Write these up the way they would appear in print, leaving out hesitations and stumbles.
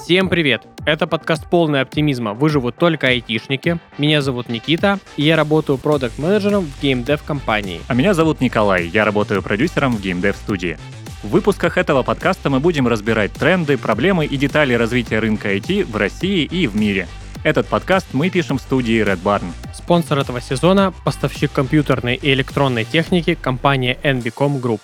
Всем привет! Это подкаст «Полный оптимизма. Выживут только айтишники». Меня зовут Никита, и я работаю продакт-менеджером в геймдев-компании. А меня зовут Николай, я работаю продюсером в геймдев-студии. В выпусках этого подкаста мы будем разбирать тренды, проблемы и детали развития рынка IT в России и в мире. Этот подкаст мы пишем в студии Red Barn. Спонсор этого сезона – поставщик компьютерной и электронной техники компания NBCom Group.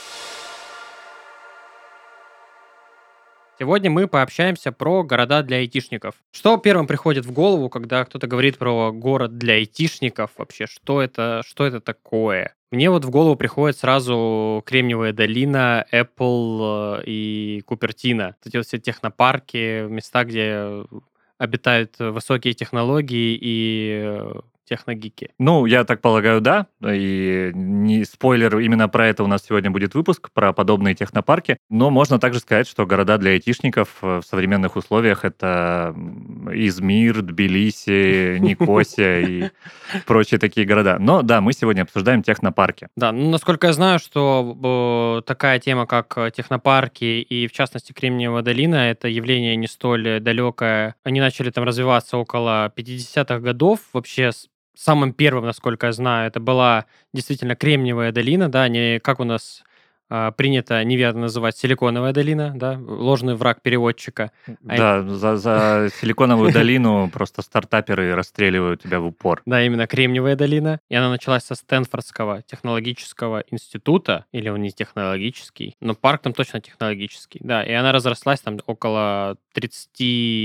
Сегодня мы пообщаемся про города для айтишников. Что первым приходит в голову, когда кто-то говорит про город для айтишников? Вообще, что это такое? Мне вот в голову приходит сразу Кремниевая долина, Apple и Купертино. Эти вот все технопарки, места, где обитают высокие технологии и техногики. Ну, я так полагаю, да. И не спойлер, именно про это у нас сегодня будет выпуск, про подобные технопарки. Но можно также сказать, что города для айтишников в современных условиях — это Измир, Тбилиси, Никосия и прочие такие города. Но да, мы сегодня обсуждаем технопарки. Да, ну, насколько я знаю, что такая тема, как технопарки и, в частности, Кремниевая долина, это явление не столь далекое. Они начали там развиваться около 50-х годов. Вообще, самым первым, насколько я знаю, это была действительно Кремниевая долина, да, не как у нас принято неверно называть Силиконовая долина, да, ложный враг переводчика. Да, за Силиконовую долину просто стартаперы расстреливают тебя в упор. Да, именно Кремниевая долина. И она началась со Стэнфордского технологического института, или он не технологический, но парк там точно технологический, да, и она разрослась там около 30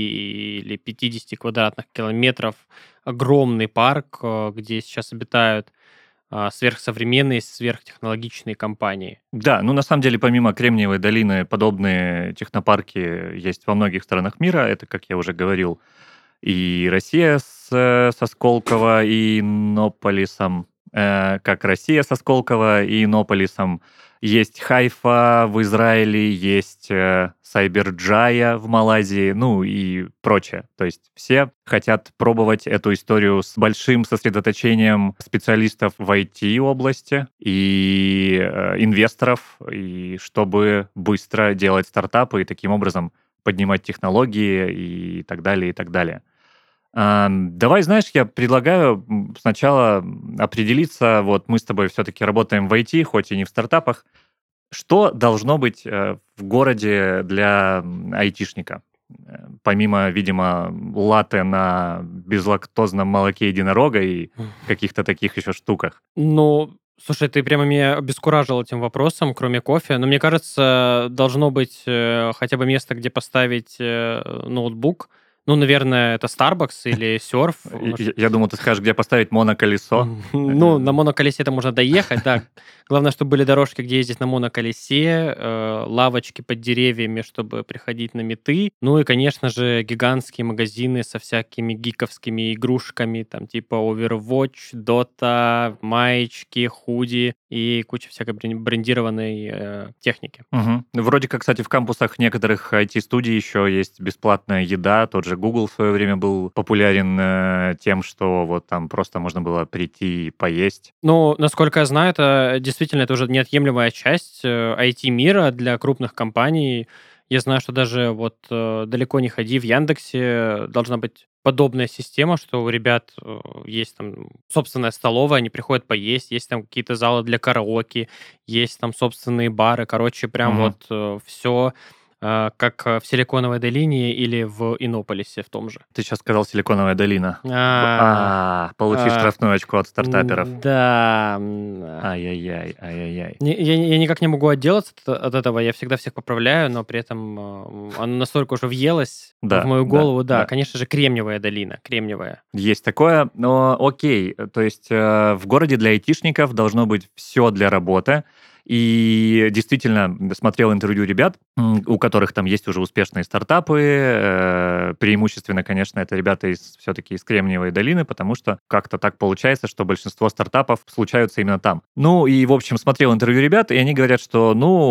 или 50 квадратных километров. Огромный парк, где сейчас обитают сверхсовременные, сверхтехнологичные компании. Да, ну на самом деле помимо Кремниевой долины подобные технопарки есть во многих странах мира. Это, как я уже говорил, и Россия со Сколково и Иннополисом, как Россия со Сколково и Иннополисом. Есть Хайфа в Израиле, есть Сайберджая в Малайзии, ну и прочее. То есть все хотят пробовать эту историю с большим сосредоточением специалистов в IT-области и инвесторов, и чтобы быстро делать стартапы и таким образом поднимать технологии и так далее, и так далее. Давай, знаешь, я предлагаю сначала определиться, вот мы с тобой все-таки работаем в IT, хоть и не в стартапах, что должно быть в городе для айтишника? Помимо, видимо, латте на безлактозном молоке единорога и каких-то таких еще штуках. Ну, слушай, ты прямо меня обескуражил этим вопросом, кроме кофе. Но мне кажется, должно быть хотя бы место, где поставить ноутбук. Ну, наверное, это Starbucks или Surf. Я думал, ты скажешь, где поставить моноколесо. Ну, на моноколесе это можно доехать, да. Главное, чтобы были дорожки, где ездить на моноколесе, лавочки под деревьями, чтобы приходить на меты. Ну и, конечно же, гигантские магазины со всякими гиковскими игрушками, там типа Overwatch, Dota, маечки, худи и куча всякой брендированной техники. Угу. Вроде как, кстати, в кампусах некоторых IT-студий еще есть бесплатная еда. Тот же Google в свое время был популярен тем, что вот там просто можно было прийти и поесть. Ну, насколько я знаю, действительно это уже неотъемлемая часть IT-мира для крупных компаний. Я знаю, что даже вот далеко не ходи, в Яндексе должна быть подобная система, что у ребят есть там собственная столовая, они приходят поесть, есть там какие-то залы для караоке, есть там собственные бары, короче, прям вот все как в Силиконовой долине или в Иннополисе в том же. Ты сейчас сказал Силиконовая долина. Получи штрафную очко от стартаперов. Да. Ай-яй-яй. Я никак не могу отделаться от этого, я всегда всех поправляю, но при этом оно настолько уже въелось в мою голову. Да, конечно же, Кремниевая долина, Кремниевая. Есть такое, но окей, то есть в городе для айтишников должно быть все для работы. И действительно, смотрел интервью ребят, у которых там есть уже успешные стартапы. Преимущественно, конечно, это ребята все-таки из Кремниевой долины, потому что как-то так получается, что большинство стартапов случаются именно там. Ну и, в общем, смотрел интервью ребят, и они говорят, что,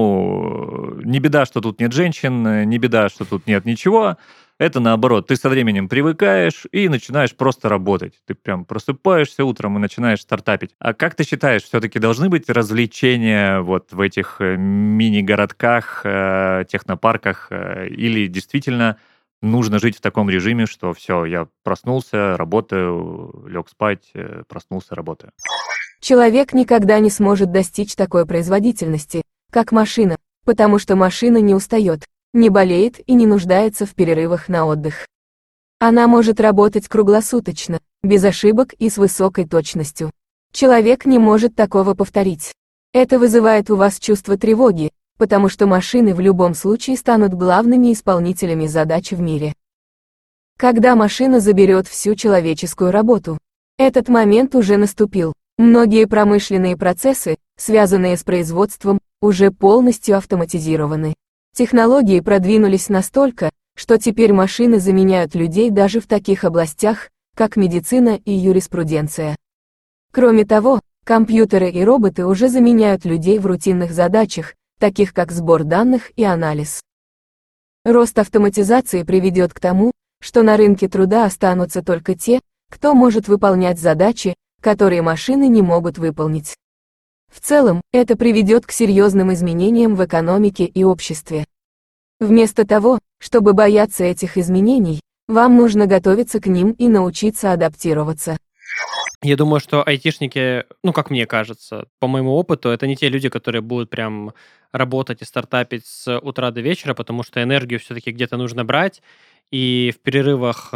не беда, что тут нет женщин, не беда, что тут нет ничего. Это наоборот, ты со временем привыкаешь и начинаешь просто работать. Ты прям просыпаешься утром и начинаешь стартапить. А как ты считаешь, все-таки должны быть развлечения вот в этих мини-городках, технопарках, или действительно нужно жить в таком режиме, что все, я проснулся, работаю, лег спать, проснулся, работаю. Человек никогда не сможет достичь такой производительности, как машина, потому что машина не устает, не болеет и не нуждается в перерывах на отдых. Она может работать круглосуточно, без ошибок и с высокой точностью. Человек не может такого повторить. Это вызывает у вас чувство тревоги, потому что машины в любом случае станут главными исполнителями задач в мире. Когда машина заберет всю человеческую работу? Этот момент уже наступил. Многие промышленные процессы, связанные с производством, уже полностью автоматизированы. Технологии продвинулись настолько, что теперь машины заменяют людей даже в таких областях, как медицина и юриспруденция. Кроме того, компьютеры и роботы уже заменяют людей в рутинных задачах, таких как сбор данных и анализ. Рост автоматизации приведет к тому, что на рынке труда останутся только те, кто может выполнять задачи, которые машины не могут выполнить. В целом, это приведет к серьезным изменениям в экономике и обществе. Вместо того, чтобы бояться этих изменений, вам нужно готовиться к ним и научиться адаптироваться. Я думаю, что айтишники, ну, как мне кажется, по моему опыту, это не те люди, которые будут прям работать и стартапить с утра до вечера, потому что энергию все-таки где-то нужно брать, и в перерывах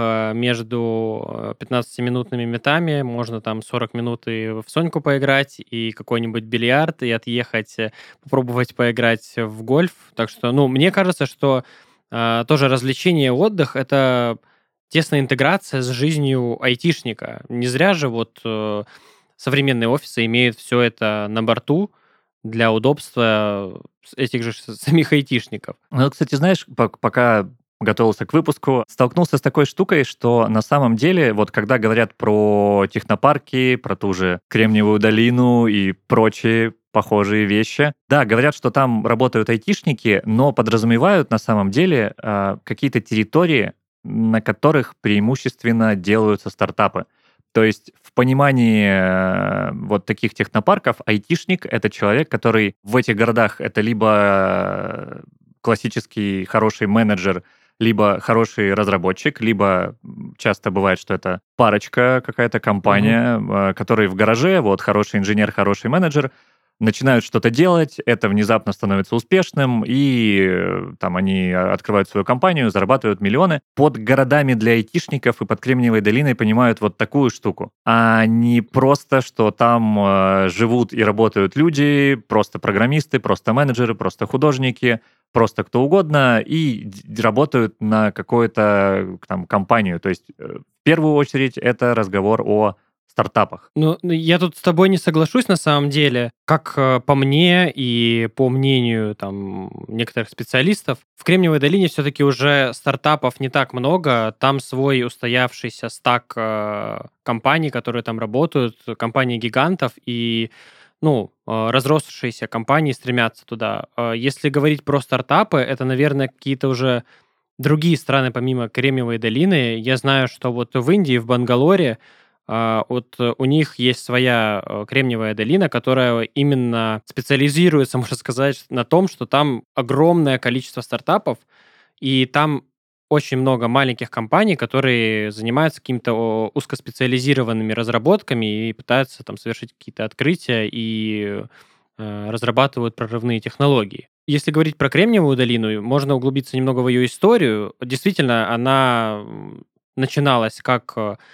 между 15-минутными метами можно там 40 минут и в Соньку поиграть, и какой-нибудь бильярд, и отъехать, попробовать поиграть в гольф. Так что, ну, мне кажется, что тоже развлечение и отдых — это тесная интеграция с жизнью айтишника. Не зря же вот современные офисы имеют все это на борту для удобства этих же самих айтишников. Ну, кстати, знаешь, пока готовился к выпуску, столкнулся с такой штукой, что на самом деле, вот когда говорят про технопарки, про ту же Кремниевую долину и прочие похожие вещи, да, говорят, что там работают айтишники, но подразумевают на самом деле какие-то территории, на которых преимущественно делаются стартапы. То есть в понимании вот таких технопарков айтишник — это человек, который в этих городах это либо классический хороший менеджер, либо хороший разработчик, либо часто бывает, что это парочка, какая-то компания, который в гараже, вот хороший инженер, хороший менеджер, начинают что-то делать, это внезапно становится успешным, и там они открывают свою компанию, зарабатывают миллионы. Под городами для айтишников и под Кремниевой долиной понимают вот такую штуку, а не просто, что там живут и работают люди, просто программисты, просто менеджеры, просто художники, просто кто угодно, и работают на какую-то там компанию. То есть в первую очередь это разговор о стартапах. Ну, я тут с тобой не соглашусь на самом деле. Как по мне и по мнению там некоторых специалистов, в Кремниевой долине все-таки уже стартапов не так много. Там свой устоявшийся стак компаний, которые там работают, компаний-гигантов, и разросшиеся компании стремятся туда. Если говорить про стартапы, это, наверное, какие-то уже другие страны помимо Кремниевой долины. Я знаю, что вот в Индии, в Бангалоре, вот у них есть своя Кремниевая долина, которая именно специализируется, можно сказать, на том, что там огромное количество стартапов, и там очень много маленьких компаний, которые занимаются какими-то узкоспециализированными разработками и пытаются там совершить какие-то открытия и разрабатывают прорывные технологии. Если говорить про Кремниевую долину, можно углубиться немного в ее историю. Действительно, она начиналась как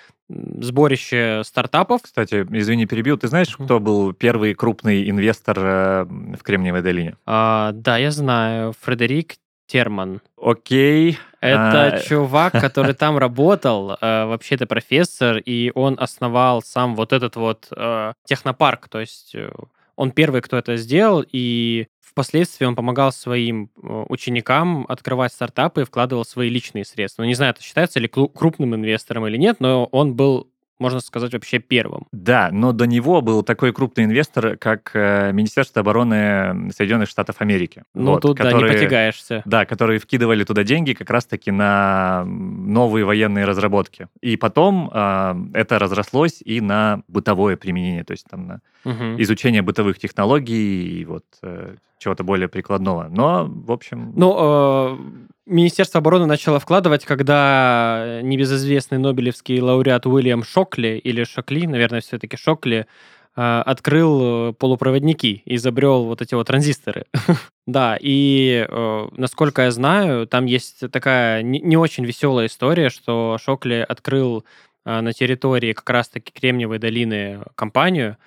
сборище стартапов. Кстати, извини, перебил. Ты знаешь, кто был первый крупный инвестор в Кремниевой долине? Да, я знаю. Фредерик Терман. Окей. Это чувак, который там работал, вообще-то профессор, и он основал сам вот этот вот технопарк. То есть он первый, кто это сделал, и впоследствии он помогал своим ученикам открывать стартапы и вкладывал свои личные средства. Ну, не знаю, это считается ли крупным инвестором или нет, но он был, можно сказать, вообще первым. Да, но до него был такой крупный инвестор, как Министерство обороны Соединенных Штатов Америки. Ну, вот, тут, которые, да, не потягаешься. Да, которые вкидывали туда деньги как раз-таки на новые военные разработки. И потом это разрослось и на бытовое применение, то есть там на изучение бытовых технологий и вот чего-то более прикладного. Но, в общем... Ну, Министерство обороны начало вкладывать, когда небезызвестный нобелевский лауреат Уильям Шокли, или Шокли, наверное, все-таки Шокли, открыл полупроводники, изобрел вот эти вот транзисторы. Да, и насколько я знаю, там есть такая не очень веселая история, что Шокли открыл на территории как раз-таки Кремниевой долины компанию.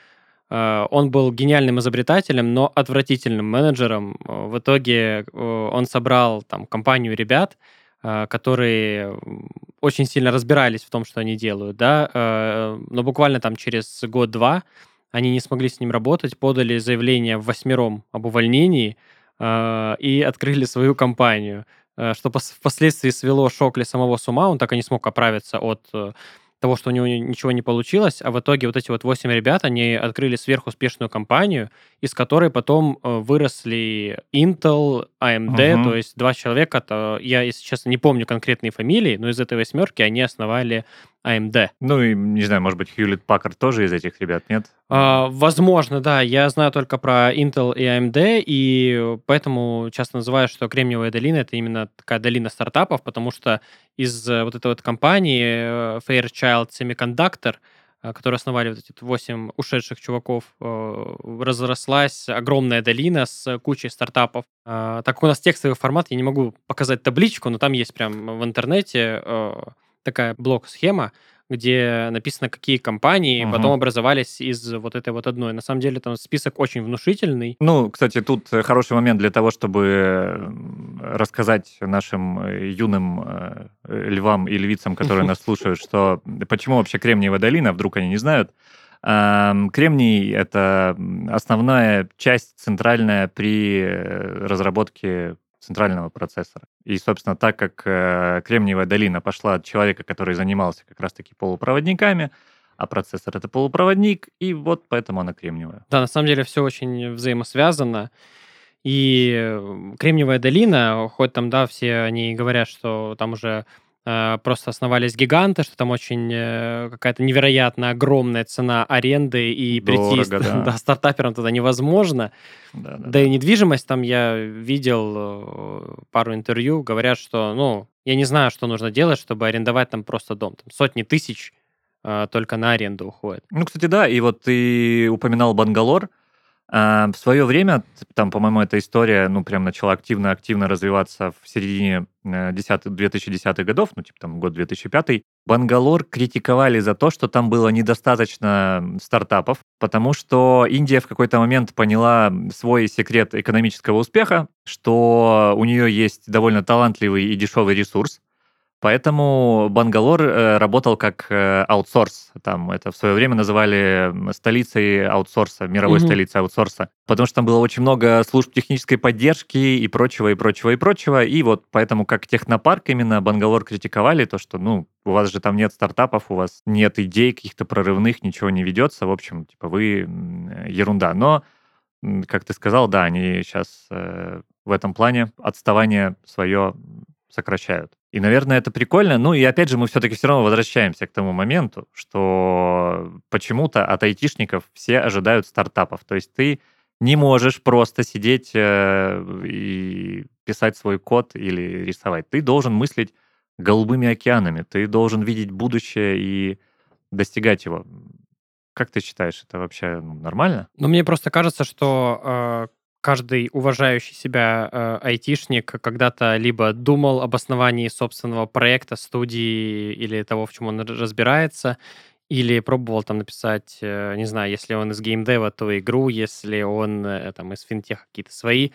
Он был гениальным изобретателем, но отвратительным менеджером. В итоге он собрал там компанию ребят, которые очень сильно разбирались в том, что они делают, да, но буквально там через год-два они не смогли с ним работать, подали заявление в 8 об увольнении и открыли свою компанию, что впоследствии свело Шокли самого с ума, он так и не смог оправиться от того, что у него ничего не получилось, а в итоге вот эти вот 8 ребят, они открыли сверхуспешную компанию, из которой потом выросли Intel, AMD, то Мгм. есть 2 человека, я, если честно, не помню конкретные фамилии, но из этой 8 они основали AMD. Ну и, не знаю, может быть, Хьюлетт Паккард тоже из этих ребят, нет? Возможно, да. Я знаю только про Intel и AMD, и поэтому часто называю, что Кремниевая долина — это именно такая долина стартапов, потому что из вот этой вот компании Fairchild Semiconductor, которую основали вот эти 8 ушедших чуваков, разрослась огромная долина с кучей стартапов. Так как у нас текстовый формат, я не могу показать табличку, но там есть прям в интернете такая блок-схема, где написано, какие компании потом Мгм. образовались из вот этой вот одной. На самом деле там список очень внушительный. Ну, кстати, тут хороший момент для того, чтобы рассказать нашим юным львам и львицам, которые нас слушают, что почему вообще Кремниевая долина, вдруг они не знают. Кремний — это основная часть центральная при разработке центрального процессора. И, собственно, так как Кремниевая долина пошла от человека, который занимался как раз-таки полупроводниками, а процессор — это полупроводник, и вот поэтому она кремниевая. Да, на самом деле все очень взаимосвязано. И Кремниевая долина, хоть там, да, все они говорят, что там уже просто основались гиганты, что там очень какая-то невероятно огромная цена аренды, и прийти Дорого, да. да, стартаперам туда невозможно. Да и Да-да-да. недвижимость, там я видел пару интервью, говорят, что, ну, я не знаю, что нужно делать, чтобы арендовать там просто дом. Там сотни тысяч только на аренду уходит. Ну, кстати, да, и вот ты упоминал Бангалор. В свое время, там, по-моему, эта история, ну, прям начала активно развиваться в середине 2010-х годов, ну, типа там год 2005. Бангалор критиковали за то, что там было недостаточно стартапов, потому что Индия в какой-то момент поняла свой секрет экономического успеха, что у нее есть довольно талантливый и дешевый ресурс. Поэтому Бангалор работал как аутсорс. Там это в свое время называли столицей аутсорса, мировой Мгм. столицей аутсорса. Потому что там было очень много служб технической поддержки и прочего, и прочего, и прочего. И вот поэтому как технопарк именно Бангалор критиковали, то, что, ну, у вас же там нет стартапов, у вас нет идей каких-то прорывных, ничего не ведется. В общем, типа, вы ерунда. Но, как ты сказал, да, они сейчас в этом плане отставание свое сокращают. И, наверное, это прикольно. Ну и опять же, мы все равно возвращаемся к тому моменту, что почему-то от айтишников все ожидают стартапов. То есть ты не можешь просто сидеть и писать свой код или рисовать. Ты должен мыслить голубыми океанами. Ты должен видеть будущее и достигать его. Как ты считаешь, это вообще нормально? Но мне просто кажется, что каждый уважающий себя айтишник когда-то либо думал об основании собственного проекта, студии или того, в чем он разбирается, или пробовал там написать, не знаю, если он из геймдева, то игру, если он там из финтеха какие-то свои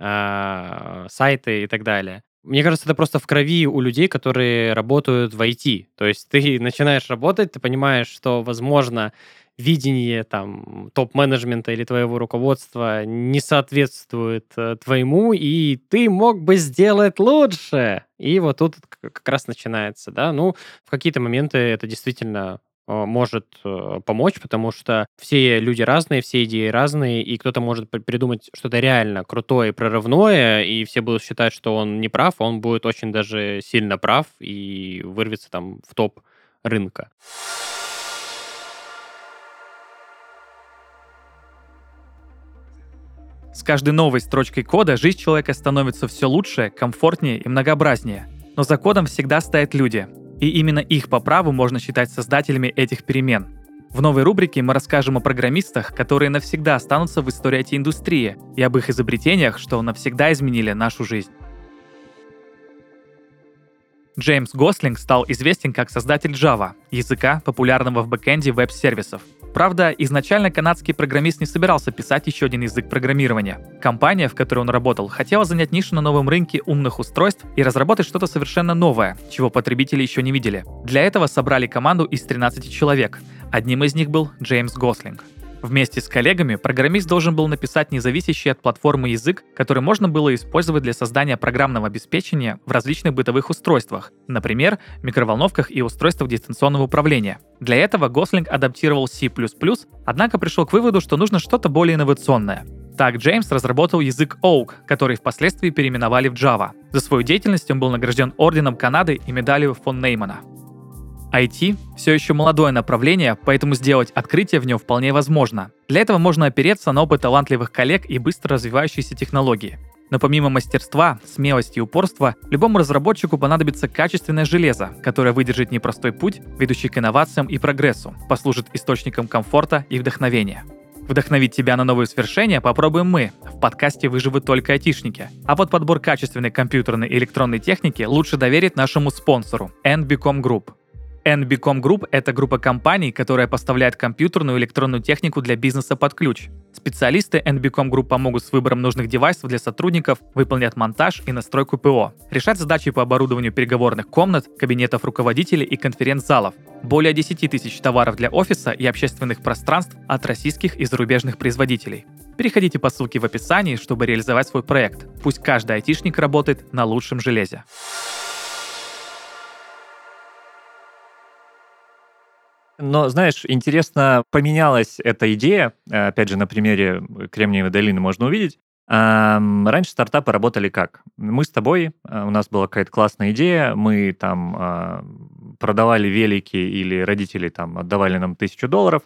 сайты и так далее. Мне кажется, это просто в крови у людей, которые работают в IT. То есть ты начинаешь работать, ты понимаешь, что, возможно, видение там топ-менеджмента или твоего руководства не соответствует твоему, и ты мог бы сделать лучше. И вот тут как раз начинается, да. Ну, в какие-то моменты это действительно может помочь, потому что все люди разные, все идеи разные, и кто-то может придумать что-то реально крутое и прорывное, и все будут считать, что он не прав, а он будет очень даже сильно прав и вырвется там в топ рынка. С каждой новой строчкой кода жизнь человека становится все лучше, комфортнее и многообразнее. Но за кодом всегда стоят люди. И именно их по праву можно считать создателями этих перемен. В новой рубрике мы расскажем о программистах, которые навсегда останутся в истории IT-индустрии, и об их изобретениях, что навсегда изменили нашу жизнь. Джеймс Гослинг стал известен как создатель Java, языка, популярного в бэкэнде веб-сервисов. Правда, изначально канадский программист не собирался писать еще один язык программирования. Компания, в которой он работал, хотела занять нишу на новом рынке умных устройств и разработать что-то совершенно новое, чего потребители еще не видели. Для этого собрали команду из 13 человек. Одним из них был Джеймс Гослинг. Вместе с коллегами программист должен был написать независящий от платформы язык, который можно было использовать для создания программного обеспечения в различных бытовых устройствах, например, микроволновках и устройствах дистанционного управления. Для этого Гослинг адаптировал C++, однако пришел к выводу, что нужно что-то более инновационное. Так Джеймс разработал язык Oak, который впоследствии переименовали в Java. За свою деятельность он был награжден орденом Канады и медалью фон Неймана. IT – все еще молодое направление, поэтому сделать открытие в нем вполне возможно. Для этого можно опереться на опыт талантливых коллег и быстро развивающиеся технологии. Но помимо мастерства, смелости и упорства, любому разработчику понадобится качественное железо, которое выдержит непростой путь, ведущий к инновациям и прогрессу, послужит источником комфорта и вдохновения. Вдохновить тебя на новые свершения попробуем мы. В подкасте выживут только айтишники. А вот подбор качественной компьютерной и электронной техники лучше доверить нашему спонсору – NBCom Group. NBCom Group – это группа компаний, которая поставляет компьютерную и электронную технику для бизнеса под ключ. Специалисты NBCom Group помогут с выбором нужных девайсов для сотрудников, выполнят монтаж и настройку ПО, решать задачи по оборудованию переговорных комнат, кабинетов руководителей и конференц-залов. Более 10 тысяч товаров для офиса и общественных пространств от российских и зарубежных производителей. Переходите по ссылке в описании, чтобы реализовать свой проект. Пусть каждый айтишник работает на лучшем железе. Но, знаешь, интересно, поменялась эта идея, опять же, на примере Кремниевой долины можно увидеть. Раньше стартапы работали как? Мы с тобой, у нас была какая-то классная идея, мы там продавали велики или родители там отдавали нам $1000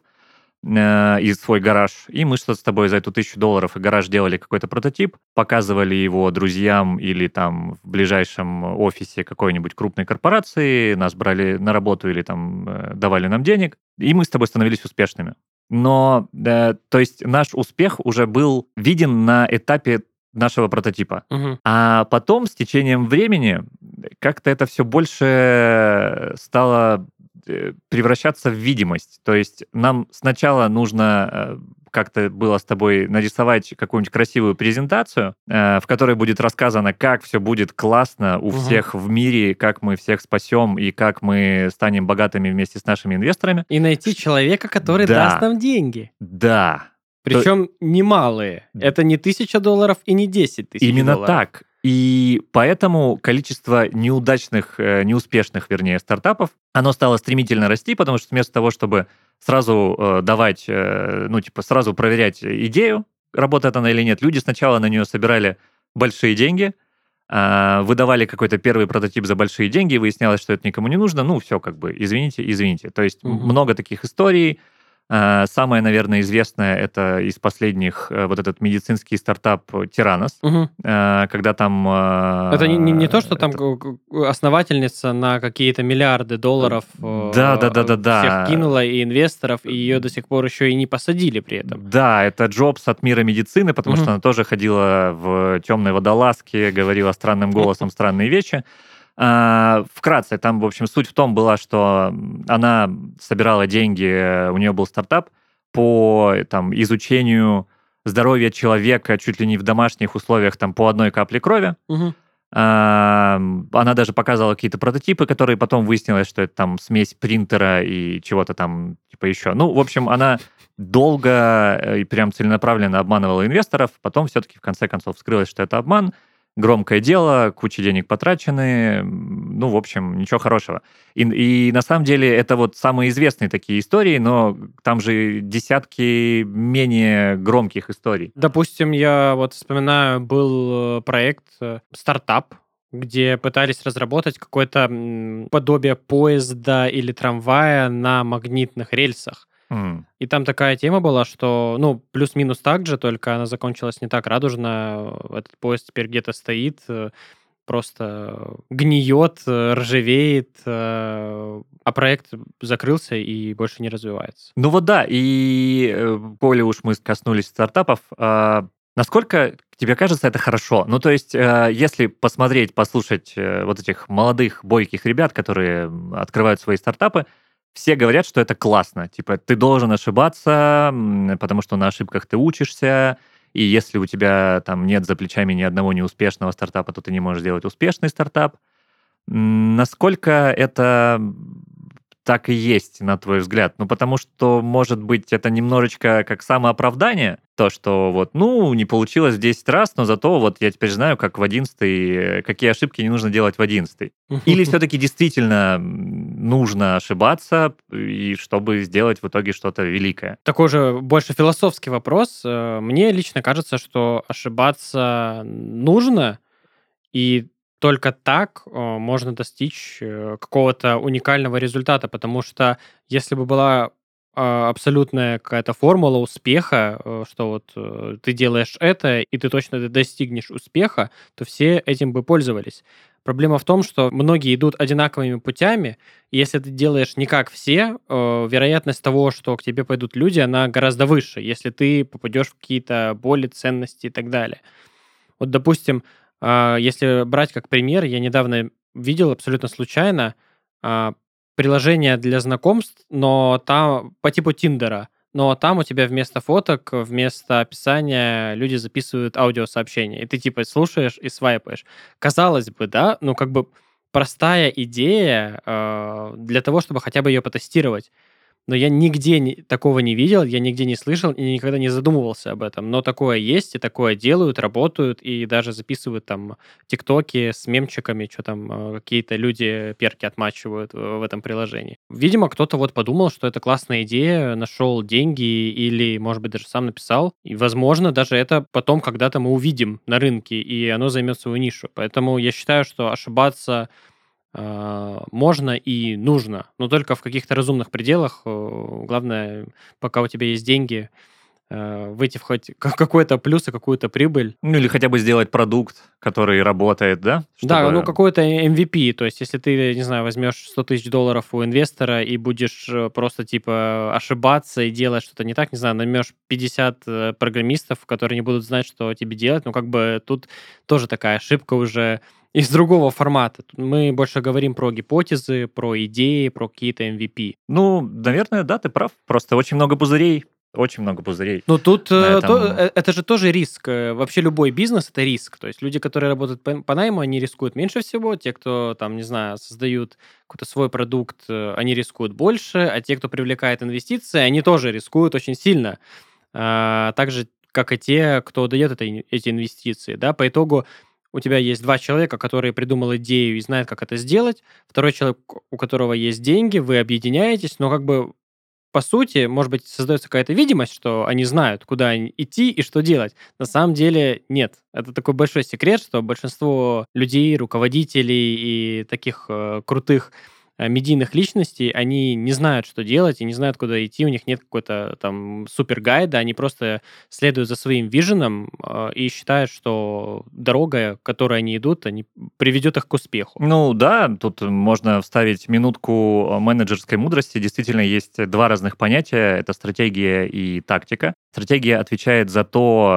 из свой гараж, и мы что-то с тобой за эту $1000 и гараж делали какой-то прототип, показывали его друзьям или там в ближайшем офисе какой-нибудь крупной корпорации, нас брали на работу или там давали нам денег, и мы с тобой становились успешными. Но, то есть наш успех уже был виден на этапе нашего прототипа. Мгм. А потом, с течением времени, как-то это все больше стало превращаться в видимость. То есть нам сначала нужно как-то было с тобой нарисовать какую-нибудь красивую презентацию, в которой будет рассказано, как все будет классно у Мгм. всех в мире, как мы всех спасем и как мы станем богатыми вместе с нашими инвесторами. И найти человека, который Да. даст нам деньги. Да, Причем немалые. Это не $1000 и не 10 000 именно долларов. так. И поэтому количество неудачных, неуспешных, вернее, стартапов, оно стало стремительно расти, потому что вместо того, чтобы сразу давать, сразу проверять идею, работает она или нет, люди сначала на нее собирали большие деньги, выдавали какой-то первый прототип за большие деньги, выяснялось, что это никому не нужно, ну, все, как бы, извините. То есть Мгм. много таких историй. Самое, наверное, известное это из последних вот этот медицинский стартап Тиранос, Мгм. когда там... Это не то, что там это- основательница на какие-то миллиарды долларов Да. всех кинула, и инвесторов, и ее до сих пор еще и не посадили при этом. Да, это Джобс от мира медицины, потому Мгм. что она тоже ходила в темной водолазке, говорила странным голосом странные вещи. Вкратце, там, в общем, суть в том была, что она собирала деньги, у нее был стартап по там, изучению здоровья человека чуть ли не в домашних условиях там, по одной капле крови. Мгм. Она даже показывала какие-то прототипы, которые потом выяснилось, что это там смесь принтера и чего-то там типа еще. Ну, в общем, она долго и прям целенаправленно обманывала инвесторов, потом все-таки в конце концов вскрылось, что это обман, громкое дело, куча денег потрачены, ну, в общем, ничего хорошего. И на самом деле это вот самые известные такие истории, но там же десятки менее громких историй. Допустим, я вот вспоминаю, был проект стартап, где пытались разработать какое-то подобие поезда или трамвая на магнитных рельсах. И там такая тема была, что, ну, плюс-минус так же, только она закончилась не так радужно. Этот поезд теперь где-то стоит, просто гниет, ржавеет, а проект закрылся и больше не развивается. Ну вот да, и коли уж мы коснулись стартапов, насколько тебе кажется это хорошо? Ну то есть, если посмотреть, послушать вот этих молодых, бойких ребят, которые открывают свои стартапы, все говорят, что это классно. Типа, ты должен ошибаться, потому что на ошибках ты учишься, и если у тебя там нет за плечами ни одного неуспешного стартапа, то ты не можешь сделать успешный стартап. Насколько это так и есть, на твой взгляд? Ну, потому что, может быть, это немножечко как самооправдание, то, что вот, ну, не получилось в 10 раз, но зато вот я теперь знаю, как в 11-й, какие ошибки не нужно делать в 11-й. Или все-таки действительно нужно ошибаться, и чтобы сделать в итоге что-то великое? Такой же больше философский вопрос. Мне лично кажется, что ошибаться нужно, и только так можно достичь какого-то уникального результата, потому что если бы была абсолютная какая-то формула успеха, что вот ты делаешь это, и ты точно достигнешь успеха, то все этим бы пользовались. Проблема в том, что многие идут одинаковыми путями, и если ты делаешь не как все, вероятность того, что к тебе пойдут люди, она гораздо выше, если ты попадешь в какие-то боли, ценности и так далее. Вот, допустим, если брать как пример, я недавно видел абсолютно случайно приложение для знакомств, но там по типу Тиндера, но там у тебя вместо фоток, вместо описания люди записывают аудиосообщения, и ты типа слушаешь и свайпаешь. Казалось бы, да, ну как бы простая идея для того, чтобы хотя бы ее потестировать. Но я нигде такого не видел, я нигде не слышал и никогда не задумывался об этом. Но такое есть, и такое делают, работают, и даже записывают там тиктоки с мемчиками, что там какие-то люди перки отмачивают в этом приложении. Видимо, кто-то вот подумал, что это классная идея, нашел деньги или, может быть, даже сам написал. И, возможно, даже это потом когда-то мы увидим на рынке, и оно займет свою нишу. Поэтому я считаю, что ошибаться можно и нужно, но только в каких-то разумных пределах. Главное, пока у тебя есть деньги, выйти в хоть какой-то плюс и какую-то прибыль. Ну, или хотя бы сделать продукт, который работает, да? Да, Чтобы- ну какой-то MVP, то есть если ты, не знаю, возьмешь 100 тысяч долларов у инвестора и будешь просто типа ошибаться и делать что-то не так, не знаю, наймешь 50 программистов, которые не будут знать, что тебе делать, ну как бы тут тоже такая ошибка уже из другого формата. Тут мы больше говорим про гипотезы, про идеи, про какие-то MVP. Ну, наверное, да, ты прав. Просто очень много пузырей. Очень много пузырей. Но тут На этом- это же тоже риск. Вообще любой бизнес — это риск. То есть люди, которые работают по найму, они рискуют меньше всего. Те, кто, там, не знаю, создают какой-то свой продукт, они рискуют больше. А те, кто привлекает инвестиции, они тоже рискуют очень сильно. Так же, как и те, кто дает эти инвестиции. Да? По итогу у тебя есть два человека, которые придумал идею и знают, как это сделать. Второй человек, у которого есть деньги, вы объединяетесь, но как бы по сути, может быть, создается какая-то видимость, что они знают, куда идти и что делать. На самом деле нет. Это такой большой секрет, что большинство людей, руководителей и таких крутых медийных личностей, они не знают, что делать и не знают, куда идти, у них нет какой-то там супер гайда, они просто следуют за своим виженом и считают, что дорога, которой они идут, приведет их к успеху. Ну да, тут можно вставить минутку менеджерской мудрости. Действительно, есть два разных понятия. Это стратегия и тактика. Стратегия отвечает за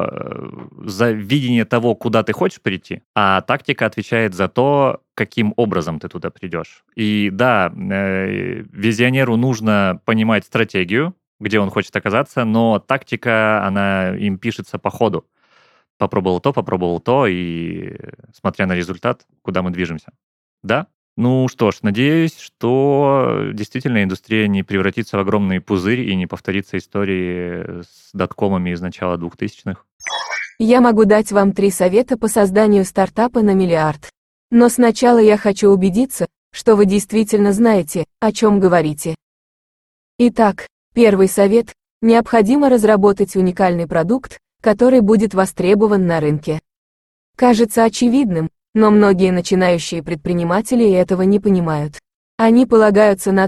за видение того, куда ты хочешь прийти, а тактика отвечает за то, каким образом ты туда придешь. И да, визионеру нужно понимать стратегию, где он хочет оказаться, но тактика, она им пишется по ходу. Попробовал то, и смотря на результат, куда мы движемся. Да? Ну что ж, надеюсь, что действительно индустрия не превратится в огромный пузырь и не повторится истории с доткомами из начала 2000-х. Я могу дать вам 3 совета по созданию стартапа на миллиард. Но сначала я хочу убедиться, что вы действительно знаете, о чем говорите. Итак, первый совет – необходимо разработать уникальный продукт, который будет востребован на рынке. Кажется очевидным, но многие начинающие предприниматели этого не понимают. Они полагаются на то,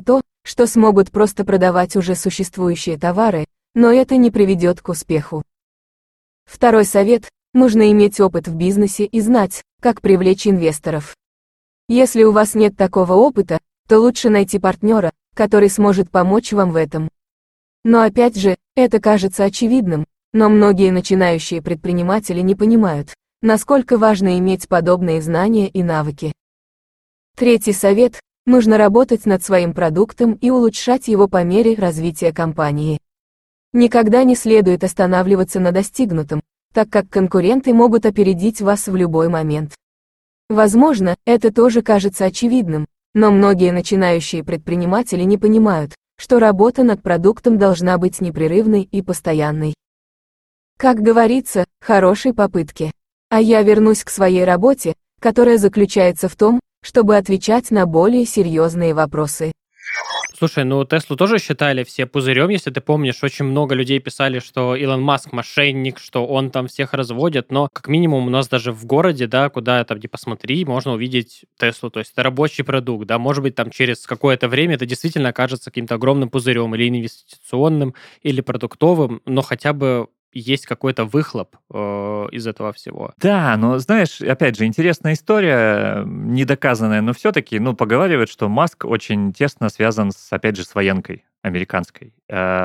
что смогут просто продавать уже существующие товары, но это не приведет к успеху. Второй совет – нужно иметь опыт в бизнесе и знать, как привлечь инвесторов. Если у вас нет такого опыта, то лучше найти партнера, который сможет помочь вам в этом. Но опять же, это кажется очевидным, но многие начинающие предприниматели не понимают, насколько важно иметь подобные знания и навыки. Третий совет – нужно работать над своим продуктом и улучшать его по мере развития компании. Никогда не следует останавливаться на достигнутом, так как конкуренты могут опередить вас в любой момент. Возможно, это тоже кажется очевидным, но многие начинающие предприниматели не понимают, что работа над продуктом должна быть непрерывной и постоянной. Как говорится, хорошей попытки. А я вернусь к своей работе, которая заключается в том, чтобы отвечать на более серьезные вопросы. Слушай, ну Теслу тоже считали все пузырем, если ты помнишь. Очень много людей писали, что Илон Маск мошенник, что он там всех разводит, но как минимум у нас даже в городе, да, куда там не посмотри, можно увидеть Теслу, то есть это рабочий продукт, да, может быть там через какое-то время это действительно окажется каким-то огромным пузырем или инвестиционным, или продуктовым, но хотя бы есть какой-то выхлоп из этого всего. Да, но знаешь, опять же, интересная история, недоказанная, но все-таки, ну, поговаривают, что Маск очень тесно связан, опять же, с военкой американской,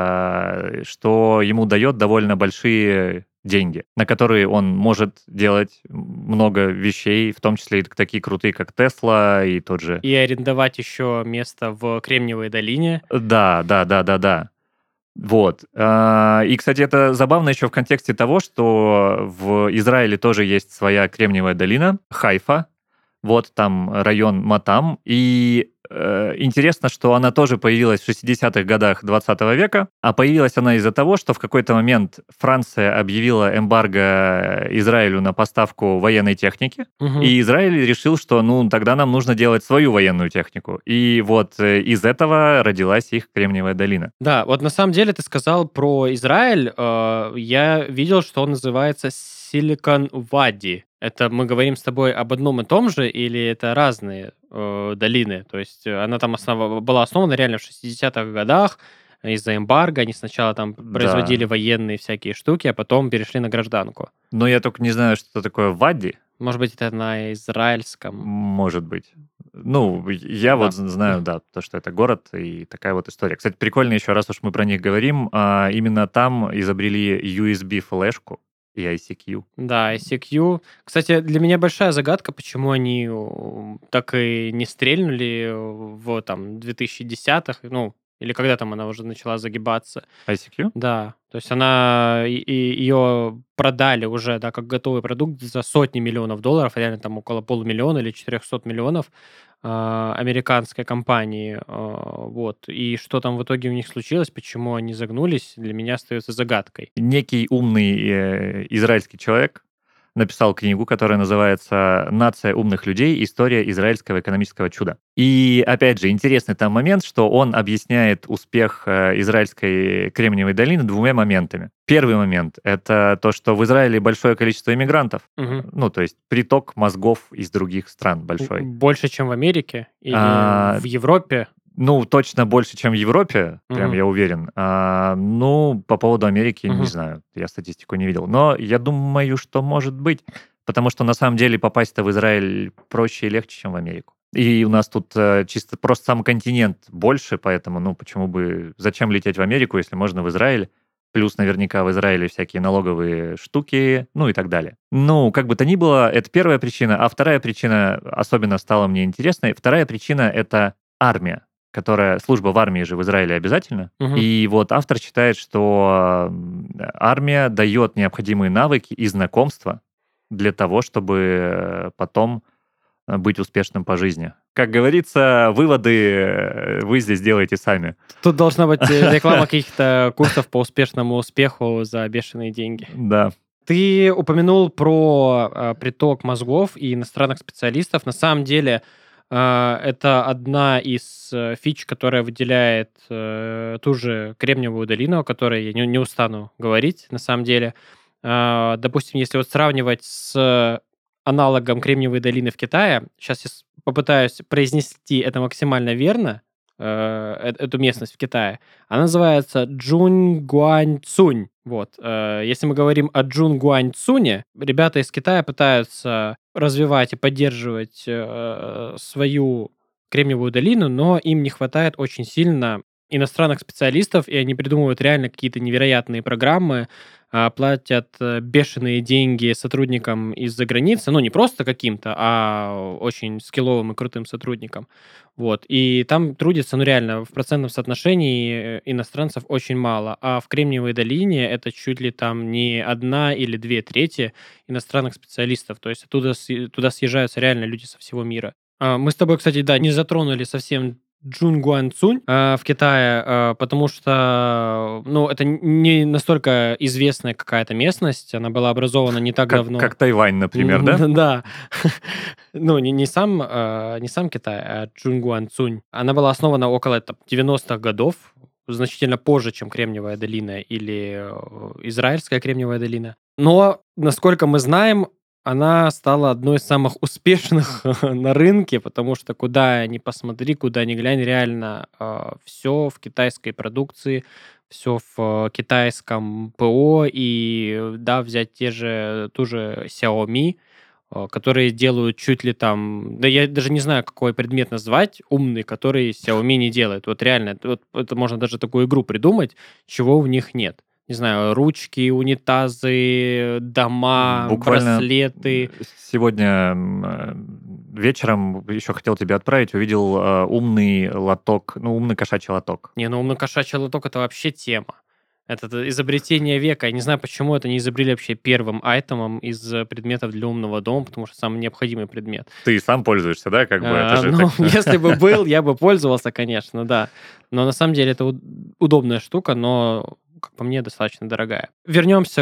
что ему дает довольно большие деньги, на которые он может делать много вещей, в том числе и такие крутые, как Тесла и тот же... И арендовать еще место в Кремниевой долине. Да. Вот. И, кстати, это забавно еще в контексте того, что в Израиле тоже есть своя Кремниевая долина, Хайфа, вот там район Матам, и интересно, что она тоже появилась в 60-х годах 20 века, а появилась она из-за того, что в какой-то момент Франция объявила эмбарго Израилю на поставку военной техники, и Израиль решил, что, ну, тогда нам нужно делать свою военную технику. И вот из этого родилась их Кремниевая долина. Да, вот на самом деле ты сказал про Израиль, я видел, что он называется Silicon Valley. Это мы говорим с тобой об одном и том же, или это разные долины? То есть она там была основана реально в 60-х годах из-за эмбарго. Они сначала там производили военные всякие штуки, а потом перешли на гражданку. Но я только не знаю, что такое Вади. Может быть, это на израильском. Может быть. Ну, я вот знаю, да, то, что это город и такая вот история. Кстати, прикольно еще, раз уж мы про них говорим, именно там изобрели USB-флешку и ICQ. Да, ICQ. Кстати, для меня большая загадка, почему они так и не стрельнули в там 2010-х, ну, или когда там она уже начала загибаться. ICQ? Да, то есть она, ее продали уже, да, как готовый продукт за сотни миллионов долларов, реально там около 500 000 или 400 миллионов американской компании, вот. И что там в итоге у них случилось, почему они загнулись, для меня остается загадкой. Некий умный израильский человек написал книгу, которая называется «Нация умных людей. История израильского экономического чуда». И, опять же, интересный там момент, что он объясняет успех израильской Кремниевой долины двумя моментами. Первый момент — это то, что в Израиле большое количество иммигрантов, ну, то есть приток мозгов из других стран большой. Больше, чем в Америке или в Европе? Ну, точно больше, чем в Европе, прям я уверен. Ну, по поводу Америки, не знаю, я статистику не видел. Но я думаю, что может быть, потому что на самом деле попасть-то в Израиль проще и легче, чем в Америку. И у нас тут чисто просто сам континент больше, поэтому, ну, почему бы, зачем лететь в Америку, если можно в Израиль? Плюс наверняка в Израиле всякие налоговые штуки, ну и так далее. Ну, как бы то ни было, это первая причина. А вторая причина особенно стала мне интересной. Вторая причина — это армия, которая... Служба в армии же в Израиле обязательно. И вот автор считает, что армия дает необходимые навыки и знакомства для того, чтобы потом быть успешным по жизни. Как говорится, выводы вы здесь делаете сами. Тут должна быть реклама каких-то курсов по успешному успеху за бешеные деньги. Да. Ты упомянул про приток мозгов и иностранных специалистов. На самом деле, это одна из фич, которая выделяет ту же Кремниевую долину, о которой я не устану говорить, на самом деле. Допустим, если вот сравнивать с аналогом Кремниевой долины в Китае, сейчас я попытаюсь произнести это максимально верно, эту местность в Китае. Она называется Джунгуаньцунь. Вот. Если мы говорим о Джунгуаньцуне, ребята из Китая пытаются развивать и поддерживать свою Кремниевую долину, но им не хватает очень сильно иностранных специалистов, и они придумывают реально какие-то невероятные программы, платят бешеные деньги сотрудникам из-за границы, ну, не просто каким-то, а очень скилловым и крутым сотрудникам. Вот. И там трудится, ну, реально, в процентном соотношении иностранцев очень мало. А в Кремниевой долине это чуть ли там не 1 или 2 трети иностранных специалистов. То есть туда съезжаются реально люди со всего мира. Мы с тобой, кстати, да, не затронули совсем Джунгуанцунь в Китае, потому что, ну, это не настолько известная какая-то местность, она была образована не так давно. Как Тайвань, например, да? Да. Ну, не сам Китай, а Джунгуанцунь. Она была основана около 90-х годов, значительно позже, чем Кремниевая долина или Израильская Кремниевая долина. Но, насколько мы знаем, она стала одной из самых успешных на рынке, потому что куда ни посмотри, куда ни глянь, реально все в китайской продукции, все в китайском ПО, и да, взять ту же Xiaomi, которые делают чуть ли там... Да я даже не знаю, какой предмет назвать умный, который Xiaomi не делает. Вот реально, это можно даже такую игру придумать, чего у них нет. Не знаю, ручки, унитазы, дома, Буквально браслеты. сегодня вечером еще хотел тебе отправить, увидел умный лоток, умный кошачий лоток. Ну умный кошачий лоток — это вообще тема. Это изобретение века. Я не знаю, почему это не изобрели вообще первым айтемом из предметов для умного дома, потому что самый необходимый предмет. Ты сам пользуешься, да? Это же если бы был, я бы пользовался, конечно, да. Но на самом деле это удобная штука, но, как по мне, достаточно дорогая. Вернемся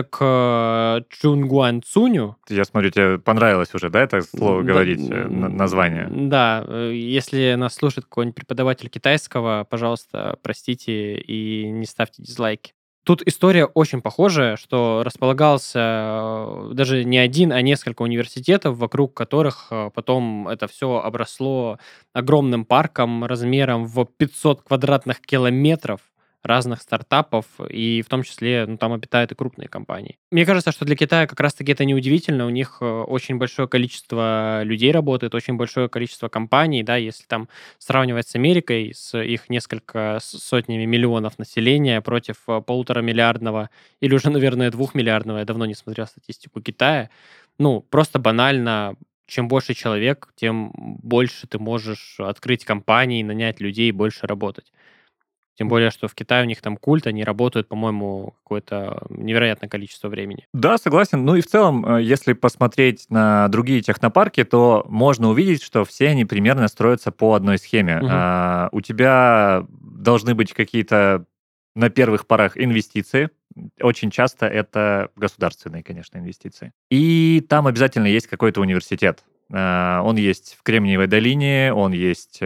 к Джунгуанцуню. Я смотрю, тебе понравилось уже, да, это слово говорить, название? Да, если нас слушает какой-нибудь преподаватель китайского, пожалуйста, простите и не ставьте дизлайки. Тут история очень похожая, что располагался даже не один, а несколько университетов, вокруг которых потом это все обросло огромным парком размером в 500 квадратных километров разных стартапов, и в том числе там обитают и крупные компании. Мне кажется, что для Китая как раз-таки это неудивительно. У них очень большое количество людей работает, очень большое количество компаний, да, если там сравнивать с Америкой, с их несколько сотнями миллионов населения против 1,5-миллиардного или уже, наверное, 2-миллиардного, я давно не смотрел статистику Китая, просто банально, чем больше человек, тем больше ты можешь открыть компании, нанять людей, больше работать. Тем более, что в Китае у них там культ, они работают, по-моему, какое-то невероятное количество времени. Да, согласен. И в целом, если посмотреть на другие технопарки, то можно увидеть, что все они примерно строятся по одной схеме. У тебя должны быть какие-то на первых порах инвестиции. Очень часто это государственные, конечно, инвестиции. И там обязательно есть какой-то университет. Он есть в Кремниевой долине, он есть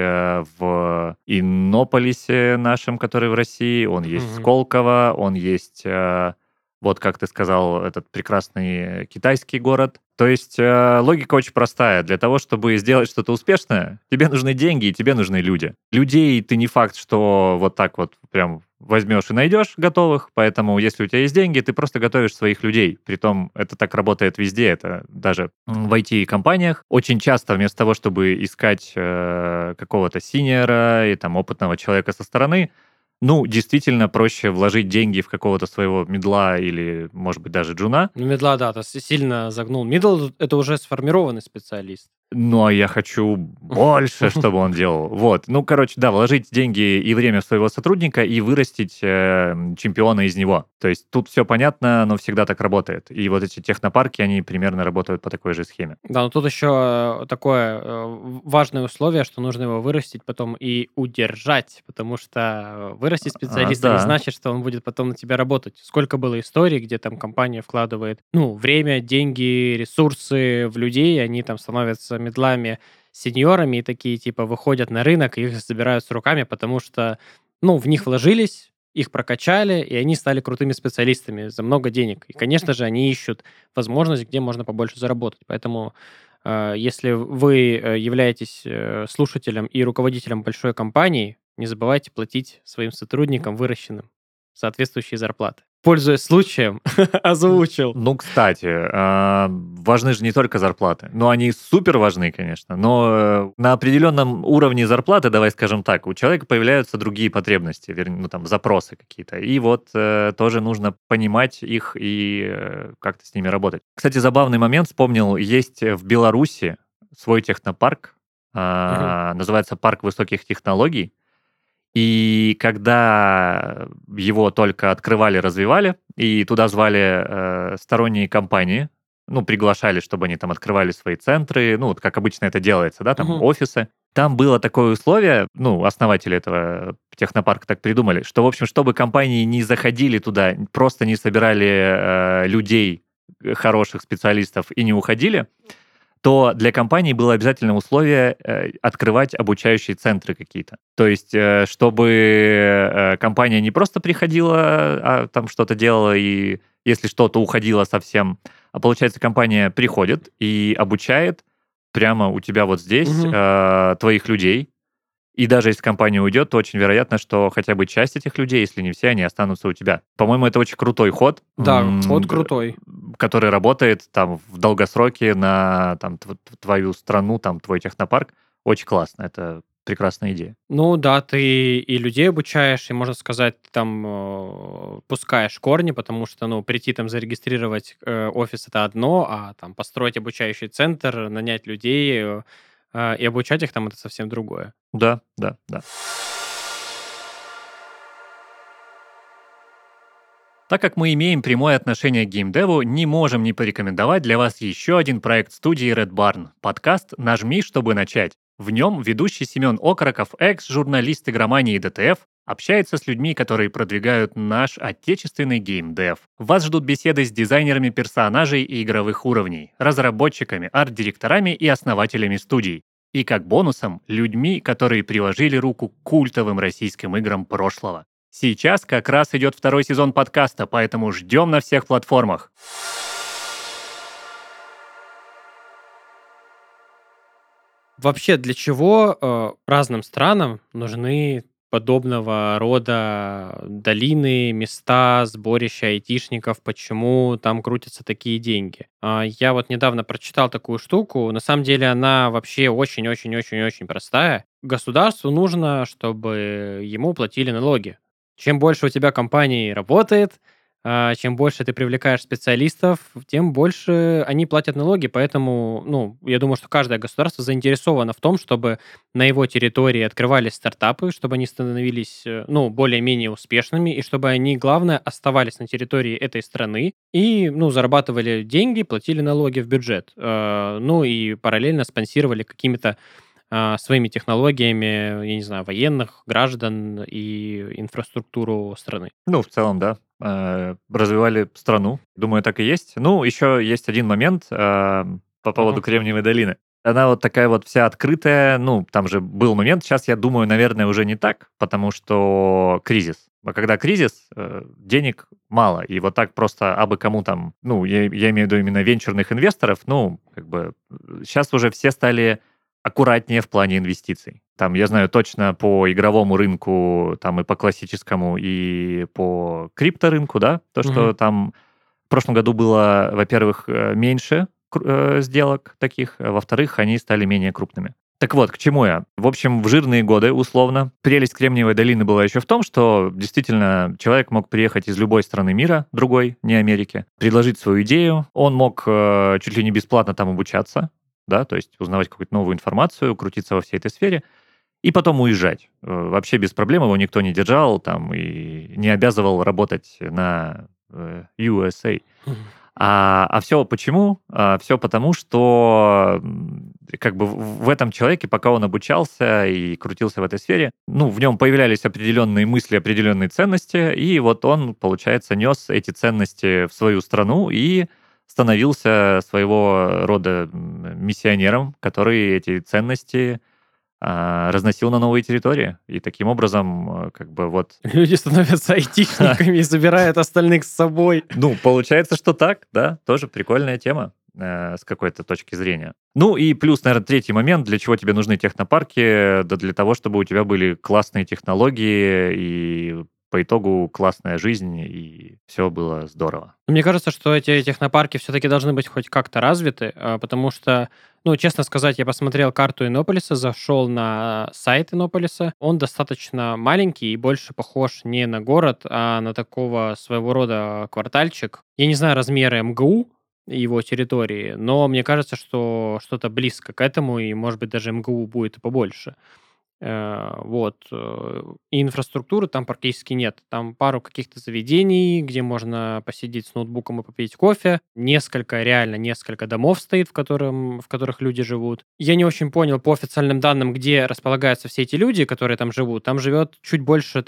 в Иннополисе нашем, который в России, он есть в Сколково, он есть, вот как ты сказал, этот прекрасный китайский город. То есть логика очень простая. Для того, чтобы сделать что-то успешное, тебе нужны деньги и тебе нужны люди. Людей ты не факт, что вот так вот прям возьмешь и найдешь готовых, поэтому если у тебя есть деньги, ты просто готовишь своих людей. Притом это так работает везде, это даже в IT-компаниях. Очень часто вместо того, чтобы искать какого-то синьора и там опытного человека со стороны, действительно проще вложить деньги в какого-то своего мидла или, может быть, даже джуна. Мидла, да, ты сильно загнул. Мидл — это уже сформированный специалист. А я хочу больше, чтобы он делал. Вот. Вложить деньги и время в своего сотрудника и вырастить чемпиона из него. То есть тут все понятно, но всегда так работает. И вот эти технопарки, они примерно работают по такой же схеме. Да, но тут еще такое важное условие, что нужно его вырастить потом и удержать, потому что вырастить специалиста не значит, что он будет потом на тебя работать. Сколько было историй, где там компания вкладывает, время, деньги, ресурсы в людей, они там становятся медлами, сеньорами, и такие типа выходят на рынок, и их забирают с руками, потому что, в них вложились, их прокачали, и они стали крутыми специалистами за много денег. И, конечно же, они ищут возможность, где можно побольше заработать. Поэтому, если вы являетесь слушателем и руководителем большой компании, не забывайте платить своим сотрудникам выращенным соответствующие зарплаты. Пользуясь случаем, озвучил. Ну, кстати, важны же не только зарплаты. Ну, они супер важны, конечно, но на определенном уровне зарплаты, давай скажем так, у человека появляются другие потребности, вернее, ну, там, запросы какие-то. И вот тоже нужно понимать их и как-то с ними работать. Кстати, забавный момент вспомнил. Есть в Беларуси свой технопарк, называется «Парк высоких технологий». И когда его только открывали, развивали, и туда звали сторонние компании, ну, приглашали, чтобы они там открывали свои центры, ну, вот как обычно это делается, да, там офисы. Там было такое условие, ну, основатели этого технопарка так придумали, что, в общем, чтобы компании не заходили туда, просто не собирали людей, хороших специалистов и не уходили, то для компании было обязательное условие открывать обучающие центры какие-то. То есть, чтобы компания не просто приходила, а там что-то делала, и если что-то уходило совсем, а получается, компания приходит и обучает прямо у тебя вот здесь твоих людей. И даже если компания уйдет, то очень вероятно, что хотя бы часть этих людей, если не все, они останутся у тебя. По-моему, это очень крутой ход. Да, ход крутой. Который работает там в долгосроке на там, твою страну, там, твой технопарк. Очень классно. Это прекрасная идея. Ну да, ты и людей обучаешь, и, можно сказать, ты там пускаешь корни, потому что, ну, прийти там зарегистрировать офис — это одно, а там построить обучающий центр, нанять людей и обучать их там — это совсем другое. Да, да, да. Так как мы имеем прямое отношение к геймдеву, не можем не порекомендовать для вас еще один проект студии Red Barn — подкаст «Нажми, чтобы начать». В нем ведущий Семен Окороков, экс-журналист игромании ДТФ, общается с людьми, которые продвигают наш отечественный геймдев. Вас ждут беседы с дизайнерами персонажей и игровых уровней, разработчиками, арт-директорами и основателями студий. И как бонусом, людьми, которые приложили руку к культовым российским играм прошлого. Сейчас как раз идет второй сезон подкаста, поэтому ждем на всех платформах. Вообще, для чего разным странам нужны подобного рода долины, места, сборища айтишников, почему там крутятся такие деньги? Я вот недавно прочитал такую штуку, на самом деле она вообще очень-очень-очень-очень простая. Государству нужно, чтобы ему платили налоги. Чем больше у тебя компаний работает, чем больше ты привлекаешь специалистов, тем больше они платят налоги. Поэтому, ну, я думаю, что каждое государство заинтересовано в том, чтобы на его территории открывались стартапы, чтобы они становились, ну, более-менее успешными, и чтобы они, главное, оставались на территории этой страны и, ну, зарабатывали деньги, платили налоги в бюджет. Ну, и параллельно спонсировали какими-то своими технологиями, я не знаю, военных, граждан и инфраструктуру страны. Ну, в целом, да. Развивали страну. Думаю, так и есть. Ну, еще есть один момент по поводу Кремниевой долины. Она вот такая вот вся открытая. Ну, там же был момент. Сейчас, я думаю, наверное, уже не так, потому что кризис. А когда кризис, денег мало. И вот так просто абы кому там, ну, я имею в виду именно венчурных инвесторов, ну, как бы сейчас уже все стали аккуратнее в плане инвестиций. Там, я знаю точно по игровому рынку, там и по классическому, и по крипторынку, да, то, что там в прошлом году было, во-первых, меньше сделок таких, во-вторых, они стали менее крупными. Так вот, к чему я? В общем, в жирные годы, условно, прелесть Кремниевой долины была еще в том, что действительно человек мог приехать из любой страны мира, другой, не Америки, предложить свою идею, он мог чуть ли не бесплатно там обучаться, да, то есть узнавать какую-то новую информацию, крутиться во всей этой сфере, и потом уезжать. Вообще без проблем, его никто не держал там и не обязывал работать на USA. А все почему? Все потому, что как бы в этом человеке, пока он обучался и крутился в этой сфере, ну, в нем появлялись определенные мысли, определенные ценности, и вот он, получается, нес эти ценности в свою страну и становился своего рода миссионером, который эти ценности разносил на новые территории. И таким образом, как бы вот... Люди становятся айтишниками и забирают остальных с собой. Ну, получается, что так, да, тоже прикольная тема. с какой-то точки зрения. Ну и плюс, наверное, третий момент, для чего тебе нужны технопарки, да для того, чтобы у тебя были классные технологии и по итогу классная жизнь, и все было здорово. Мне кажется, что эти технопарки все-таки должны быть хоть как-то развиты, потому что, ну, честно сказать, я посмотрел карту Иннополиса, зашел на сайт Иннополиса. Он достаточно маленький и больше похож не на город, а на такого своего рода квартальчик. Я не знаю размеры МГУ, его территории, но мне кажется, что что-то близко к этому, и, может быть, даже МГУ будет и побольше. И инфраструктуры там практически нет. Там пару каких-то заведений, где можно посидеть с ноутбуком и попить кофе. Реально несколько домов стоит, в которых люди живут. Я не очень понял по официальным данным, где располагаются все эти люди, которые там живут. Там живет чуть больше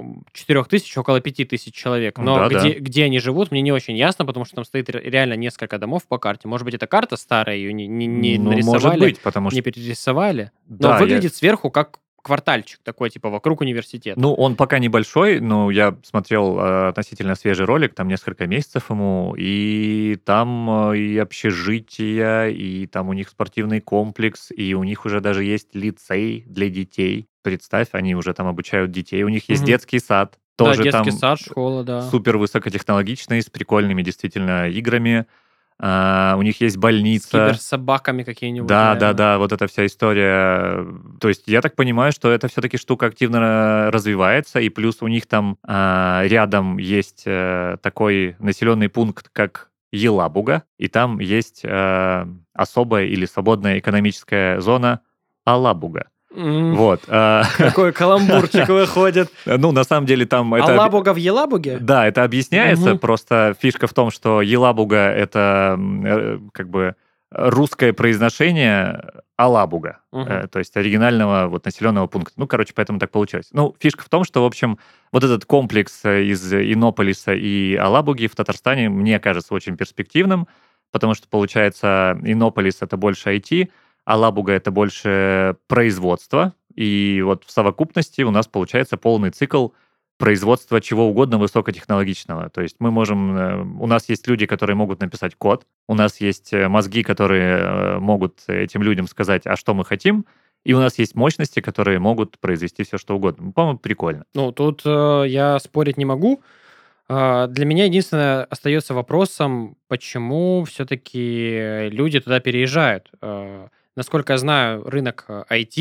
4000, около 5000 человек. Но где они живут, мне не очень ясно, потому что там стоит реально несколько домов по карте. Может быть, это карта старая, ее не нарисовали, может быть, потому что... не перерисовали. Да, но выглядит сверху как квартальчик такой, типа, вокруг университета. Ну, он пока небольшой, но я смотрел относительно свежий ролик, там несколько месяцев ему, и там и общежитие, и там у них спортивный комплекс, и у них уже даже есть лицей для детей. Представь, они уже там обучают детей, у них есть детский сад. Тоже да, детский там сад, школа, да. Супер высокотехнологичный, с прикольными действительно играми. У них есть больница. С киберсобаками какие-нибудь. Да, вот эта вся история. То есть я так понимаю, что это все-таки штука активно развивается, и плюс у них там рядом есть такой населенный пункт, как Елабуга, и там есть особая или свободная экономическая зона Алабуга. Вот. Какой каламбурчик выходит. Ну, на самом деле там... Алабуга в Елабуге? Да, это объясняется, просто фишка в том, что Елабуга — это как бы русское произношение Алабуга, то есть оригинального вот населенного пункта. Ну, короче, поэтому так получилось. Ну, фишка в том, что, в общем, вот этот комплекс из Иннополиса и Алабуги в Татарстане мне кажется очень перспективным, потому что, получается, Иннополис — это больше IT, Алабуга — это больше производство, и вот в совокупности у нас получается полный цикл производства чего угодно высокотехнологичного. То есть мы можем... У нас есть люди, которые могут написать код, у нас есть мозги, которые могут этим людям сказать, а что мы хотим, и у нас есть мощности, которые могут произвести все, что угодно. По-моему, прикольно. Ну, тут я спорить не могу. Для меня единственное остается вопросом, почему все-таки люди туда переезжают. Насколько я знаю, рынок IT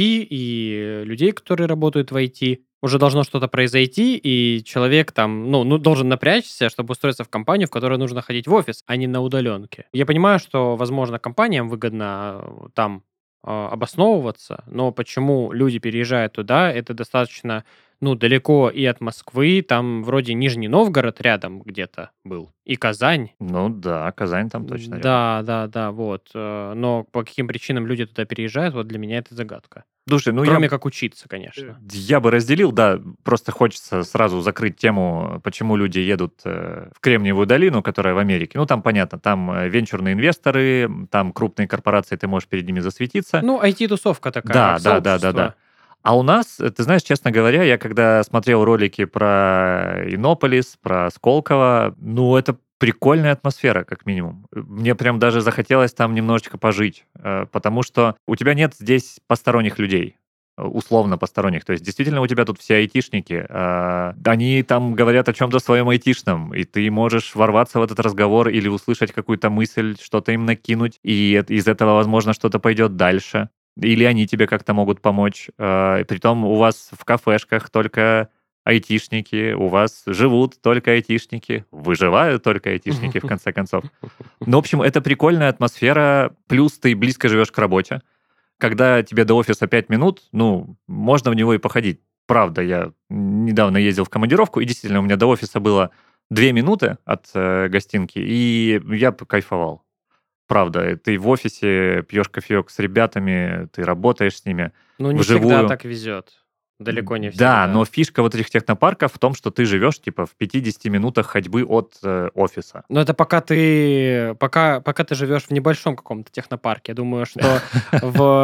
и людей, которые работают в IT, уже должно что-то произойти, и человек там, должен напрячься, чтобы устроиться в компанию, в которой нужно ходить в офис, а не на удаленке. Я понимаю, что, возможно, компаниям выгодно там обосновываться, но почему люди переезжают туда, это достаточно, далеко и от Москвы, там вроде Нижний Новгород рядом где-то был, и Казань. Ну да, Казань там точно рядом. Да, вот. Но по каким причинам люди туда переезжают, вот для меня это загадка. Слушай, Кроме как учиться, конечно. Я бы разделил, да, просто хочется сразу закрыть тему, почему люди едут в Кремниевую долину, которая в Америке. Ну, там понятно, там венчурные инвесторы, там крупные корпорации, ты можешь перед ними засветиться. Ну, IT-тусовка такая, Да. А у нас, ты знаешь, честно говоря, я когда смотрел ролики про Иннополис, про Сколково, это прикольная атмосфера, как минимум. Мне прям даже захотелось там немножечко пожить, потому что у тебя нет здесь посторонних людей, условно посторонних. То есть действительно у тебя тут все айтишники, они там говорят о чем-то своем айтишном, и ты можешь ворваться в этот разговор или услышать какую-то мысль, что-то им накинуть, и из этого, возможно, что-то пойдет дальше. Или они тебе как-то могут помочь. Притом у вас в кафешках только айтишники, у вас живут только айтишники, выживают только айтишники, в конце концов. Ну, в общем, это прикольная атмосфера, плюс ты близко живешь к работе. Когда тебе до офиса 5 минут, можно в него и походить. Правда, я недавно ездил в командировку, и действительно у меня до офиса было 2 минуты от гостинки, и я кайфовал. Правда, ты в офисе пьешь кофеек с ребятами, ты работаешь с ними. Не всегда так везет. Далеко не всегда. Да, но фишка вот этих технопарков в том, что ты живешь типа в 50 минутах ходьбы от офиса. Но это пока ты живешь в небольшом каком-то технопарке. Я думаю, что в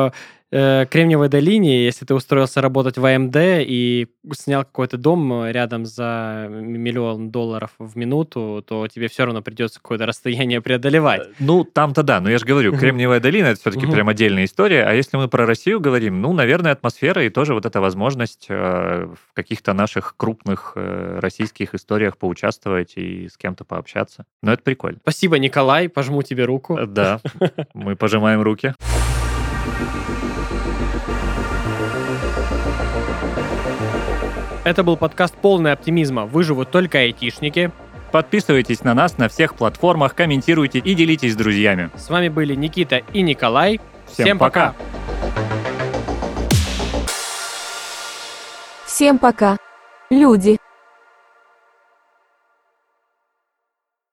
Кремниевой долине, если ты устроился работать в АМД и снял какой-то дом рядом за $1 миллион в минуту, то тебе все равно придется какое-то расстояние преодолевать. Ну, там-то да, но я же говорю, Кремниевая долина — это все-таки прям отдельная история, а если мы про Россию говорим, ну, наверное, атмосфера и тоже вот эта возможность в каких-то наших крупных российских историях поучаствовать и с кем-то пообщаться. Но это прикольно. Спасибо, Николай, пожму тебе руку. Да, мы пожимаем руки. Это был подкаст «Полный оптимизма. Выживут только айтишники». Подписывайтесь на нас на всех платформах, комментируйте и делитесь с друзьями. С вами были Никита и Николай. Всем пока. Всем пока, люди.